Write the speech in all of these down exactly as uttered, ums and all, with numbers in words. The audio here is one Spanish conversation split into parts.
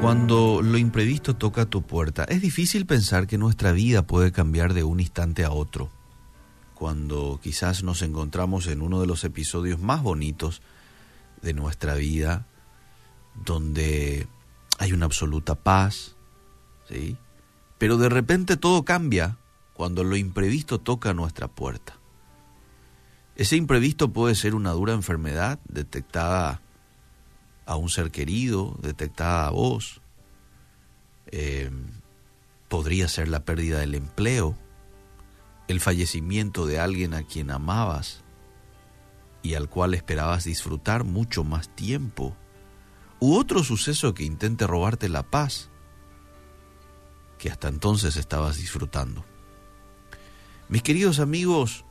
Cuando lo imprevisto toca tu puerta, es difícil pensar que nuestra vida puede cambiar de un instante a otro. Cuando quizás nos encontramos en uno de los episodios más bonitos de nuestra vida, donde hay una absoluta paz, ¿sí? Pero de repente todo cambia cuando lo imprevisto toca nuestra puerta. Ese imprevisto puede ser una dura enfermedad detectada a un ser querido, detectada a vos. Eh, podría ser la pérdida del empleo, el fallecimiento de alguien a quien amabas y al cual esperabas disfrutar mucho más tiempo, u otro suceso que intente robarte la paz que hasta entonces estabas disfrutando. Mis queridos amigos,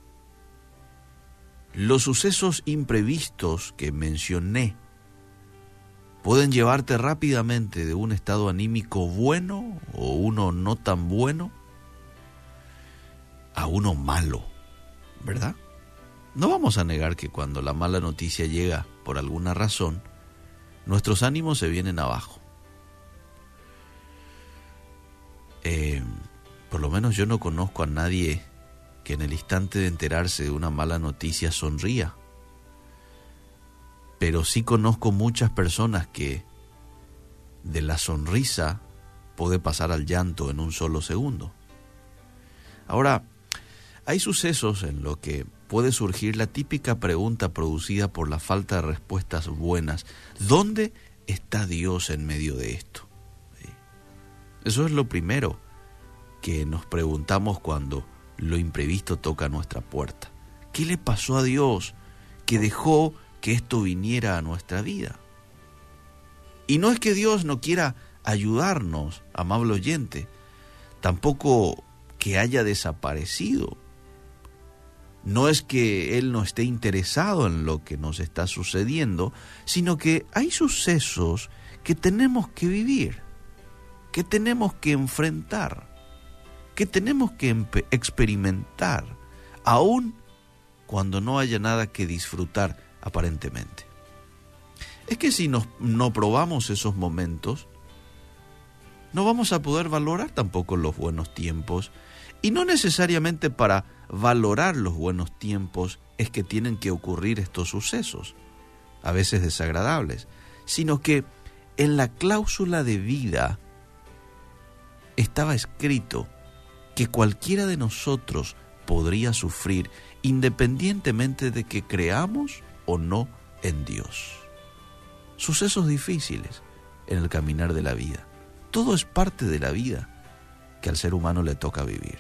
los sucesos imprevistos que mencioné pueden llevarte rápidamente de un estado anímico bueno o uno no tan bueno a uno malo, ¿verdad? No vamos a negar que cuando la mala noticia llega por alguna razón, nuestros ánimos se vienen abajo. Eh, por lo menos yo no conozco a nadie que en el instante de enterarse de una mala noticia sonría. Pero sí conozco muchas personas que de la sonrisa puede pasar al llanto en un solo segundo. Ahora, hay sucesos en los que puede surgir la típica pregunta producida por la falta de respuestas buenas. ¿Dónde está Dios en medio de esto? ¿Sí? Eso es lo primero que nos preguntamos cuando lo imprevisto toca nuestra puerta. ¿Qué le pasó a Dios que dejó que esto viniera a nuestra vida? Y no es que Dios no quiera ayudarnos, amable oyente, tampoco que haya desaparecido. No es que Él no esté interesado en lo que nos está sucediendo, sino que hay sucesos que tenemos que vivir, que tenemos que enfrentar, que tenemos que empe- experimentar, aun cuando no haya nada que disfrutar aparentemente. Es que si nos, no probamos esos momentos, no vamos a poder valorar tampoco los buenos tiempos. Y no necesariamente para valorar los buenos tiempos es que tienen que ocurrir estos sucesos, a veces desagradables, sino que en la cláusula de vida estaba escrito que cualquiera de nosotros podría sufrir independientemente de que creamos o no en Dios. Sucesos difíciles en el caminar de la vida. Todo es parte de la vida que al ser humano le toca vivir.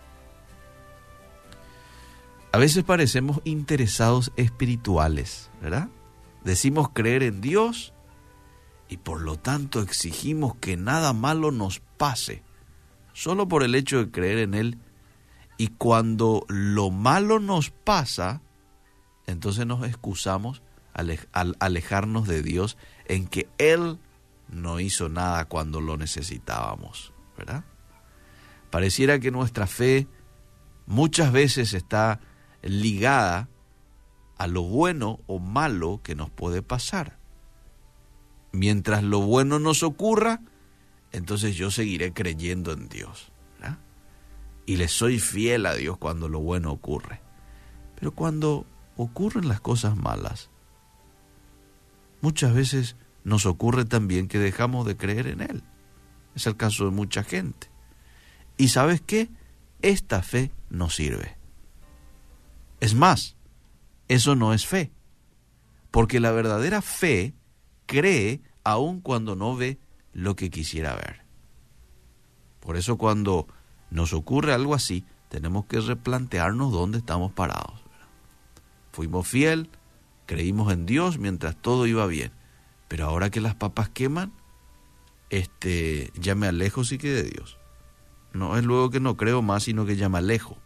A veces parecemos interesados espirituales, ¿verdad? Decimos creer en Dios y por lo tanto exigimos que nada malo nos pase, solo por el hecho de creer en Él. Y cuando lo malo nos pasa, entonces nos excusamos al alejarnos de Dios en que Él no hizo nada cuando lo necesitábamos, ¿verdad? Pareciera que nuestra fe muchas veces está ligada a lo bueno o malo que nos puede pasar. Mientras lo bueno nos ocurra, entonces yo seguiré creyendo en Dios, ¿verdad? Y le soy fiel a Dios cuando lo bueno ocurre. Pero cuando ocurren las cosas malas, muchas veces nos ocurre también que dejamos de creer en Él. Es el caso de mucha gente. ¿Y sabes qué? Esta fe no sirve. Es más, eso no es fe. Porque la verdadera fe cree aun cuando no ve lo que quisiera ver. Por eso cuando nos ocurre algo así, tenemos que replantearnos dónde estamos parados, ¿verdad? Fuimos fiel, creímos en Dios mientras todo iba bien. Pero ahora que las papas queman, este, ya me alejo sí que de Dios. No es luego que no creo más, sino que ya me alejo.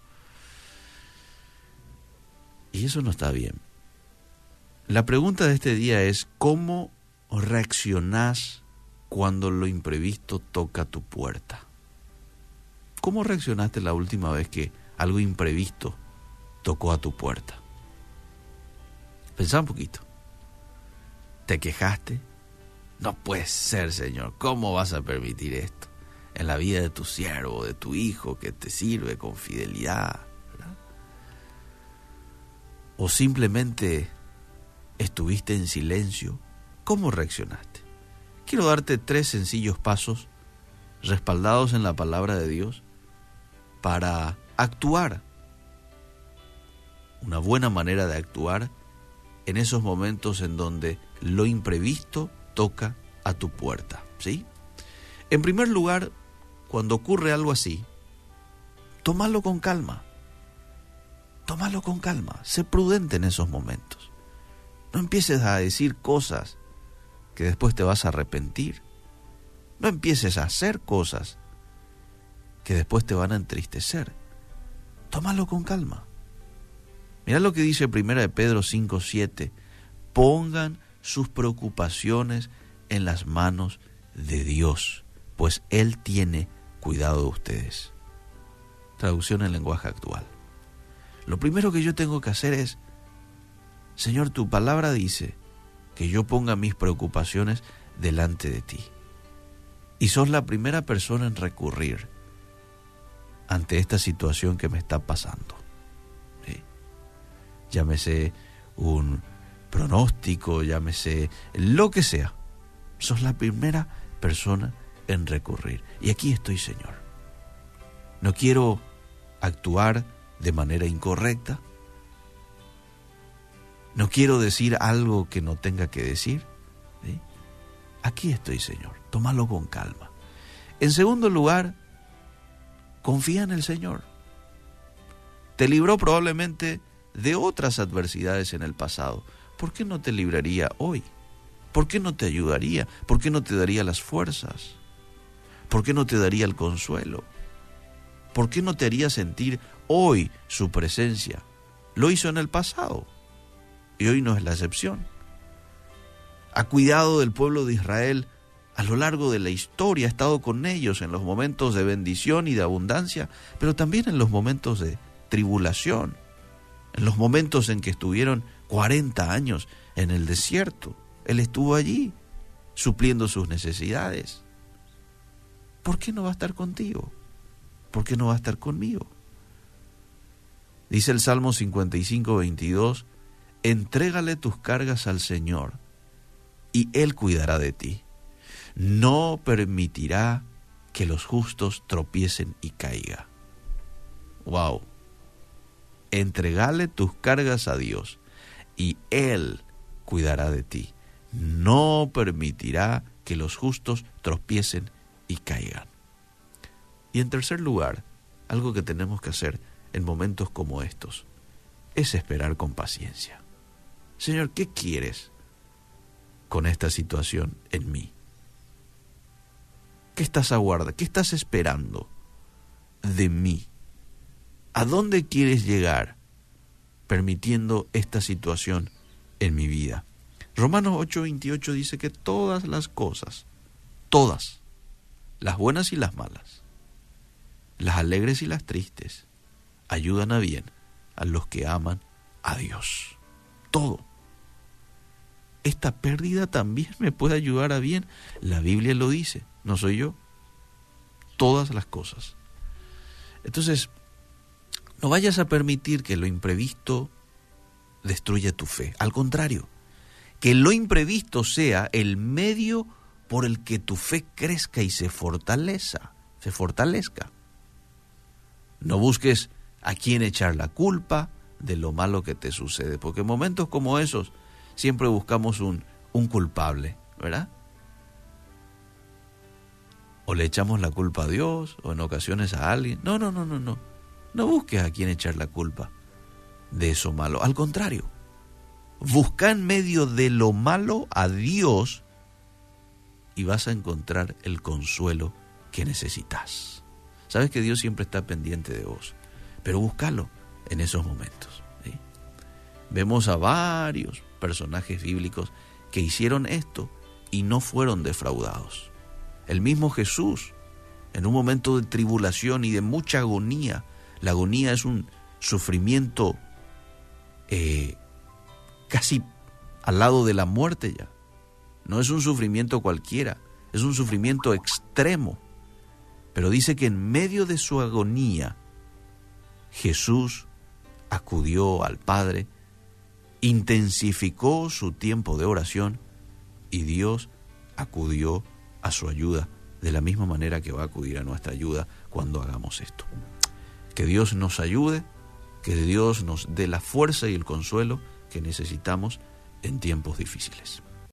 Y eso no está bien. La pregunta de este día es, ¿cómo reaccionás cuando lo imprevisto toca tu puerta? ¿Cómo reaccionaste la última vez que algo imprevisto tocó a tu puerta? Pensá un poquito. ¿Te quejaste? No puede ser, Señor, ¿cómo vas a permitir esto en la vida de tu siervo, de tu hijo que te sirve con fidelidad? ¿Verdad? O simplemente estuviste en silencio. ¿Cómo reaccionaste? Quiero darte tres sencillos pasos respaldados en la palabra de Dios para actuar. Una buena manera de actuar en esos momentos en donde lo imprevisto toca a tu puerta, ¿sí? En primer lugar, cuando ocurre algo así, tómalo con calma. Tómalo con calma. Sé prudente en esos momentos. No empieces a decir cosas que después te vas a arrepentir. No empieces a hacer cosas que después te van a entristecer. Tómalo con calma. Mirá lo que dice primera de Pedro cinco siete. Pongan sus preocupaciones en las manos de Dios, pues Él tiene cuidado de ustedes. Traducción en lenguaje actual. Lo primero que yo tengo que hacer es, Señor, tu palabra dice que yo ponga mis preocupaciones delante de ti. Y sos la primera persona en recurrir ante esta situación que me está pasando. ¿Sí? Llámese un pronóstico, llámese lo que sea. Sos la primera persona en recurrir. Y aquí estoy, Señor. No quiero actuar de manera incorrecta. No quiero decir algo que no tenga que decir. ¿Sí? Aquí estoy, Señor. Tómalo con calma. En segundo lugar, confía en el Señor. Te libró probablemente de otras adversidades en el pasado. ¿Por qué no te libraría hoy? ¿Por qué no te ayudaría? ¿Por qué no te daría las fuerzas? ¿Por qué no te daría el consuelo? ¿Por qué no te haría sentir hoy su presencia? Lo hizo en el pasado y hoy no es la excepción. Ha cuidado del pueblo de Israel a lo largo de la historia, ha estado con ellos en los momentos de bendición y de abundancia, pero también en los momentos de tribulación, en los momentos en que estuvieron cuarenta años en el desierto. Él estuvo allí, supliendo sus necesidades. ¿Por qué no va a estar contigo? ¿Por qué no va a estar conmigo? Dice el Salmo cincuenta y cinco, veintidós, entrégale tus cargas al Señor y Él cuidará de ti. No permitirá que los justos tropiecen y caigan. Wow. Entregale tus cargas a Dios y Él cuidará de ti. No permitirá que los justos tropiecen y caigan. Y en tercer lugar, algo que tenemos que hacer en momentos como estos es esperar con paciencia. Señor, ¿qué quieres con esta situación en mí? ¿Qué estás aguardando? ¿Qué estás esperando de mí? ¿A dónde quieres llegar permitiendo esta situación en mi vida? Romanos ocho veintiocho dice que todas las cosas, todas, las buenas y las malas, las alegres y las tristes, ayudan a bien a los que aman a Dios. Todo. Esta pérdida también me puede ayudar a bien. La Biblia lo dice, no soy yo. Todas las cosas. Entonces, no vayas a permitir que lo imprevisto destruya tu fe. Al contrario, que lo imprevisto sea el medio por el que tu fe crezca y se fortaleza, se fortalezca. No busques a quién echar la culpa de lo malo que te sucede, porque en momentos como esos siempre buscamos un, un culpable, ¿verdad? O le echamos la culpa a Dios, o en ocasiones a alguien. No, no, no, no, no. No busques a quién echar la culpa de eso malo. Al contrario, busca en medio de lo malo a Dios y vas a encontrar el consuelo que necesitas. Sabes que Dios siempre está pendiente de vos, pero búscalo en esos momentos, ¿sí? Vemos a varios personajes bíblicos que hicieron esto y no fueron defraudados. El mismo Jesús, en un momento de tribulación y de mucha agonía, la agonía es un sufrimiento eh, casi al lado de la muerte ya. No es un sufrimiento cualquiera, es un sufrimiento extremo. Pero dice que en medio de su agonía, Jesús acudió al Padre, intensificó su tiempo de oración y Dios acudió a su ayuda de la misma manera que va a acudir a nuestra ayuda cuando hagamos esto. Que Dios nos ayude, que Dios nos dé la fuerza y el consuelo que necesitamos en tiempos difíciles.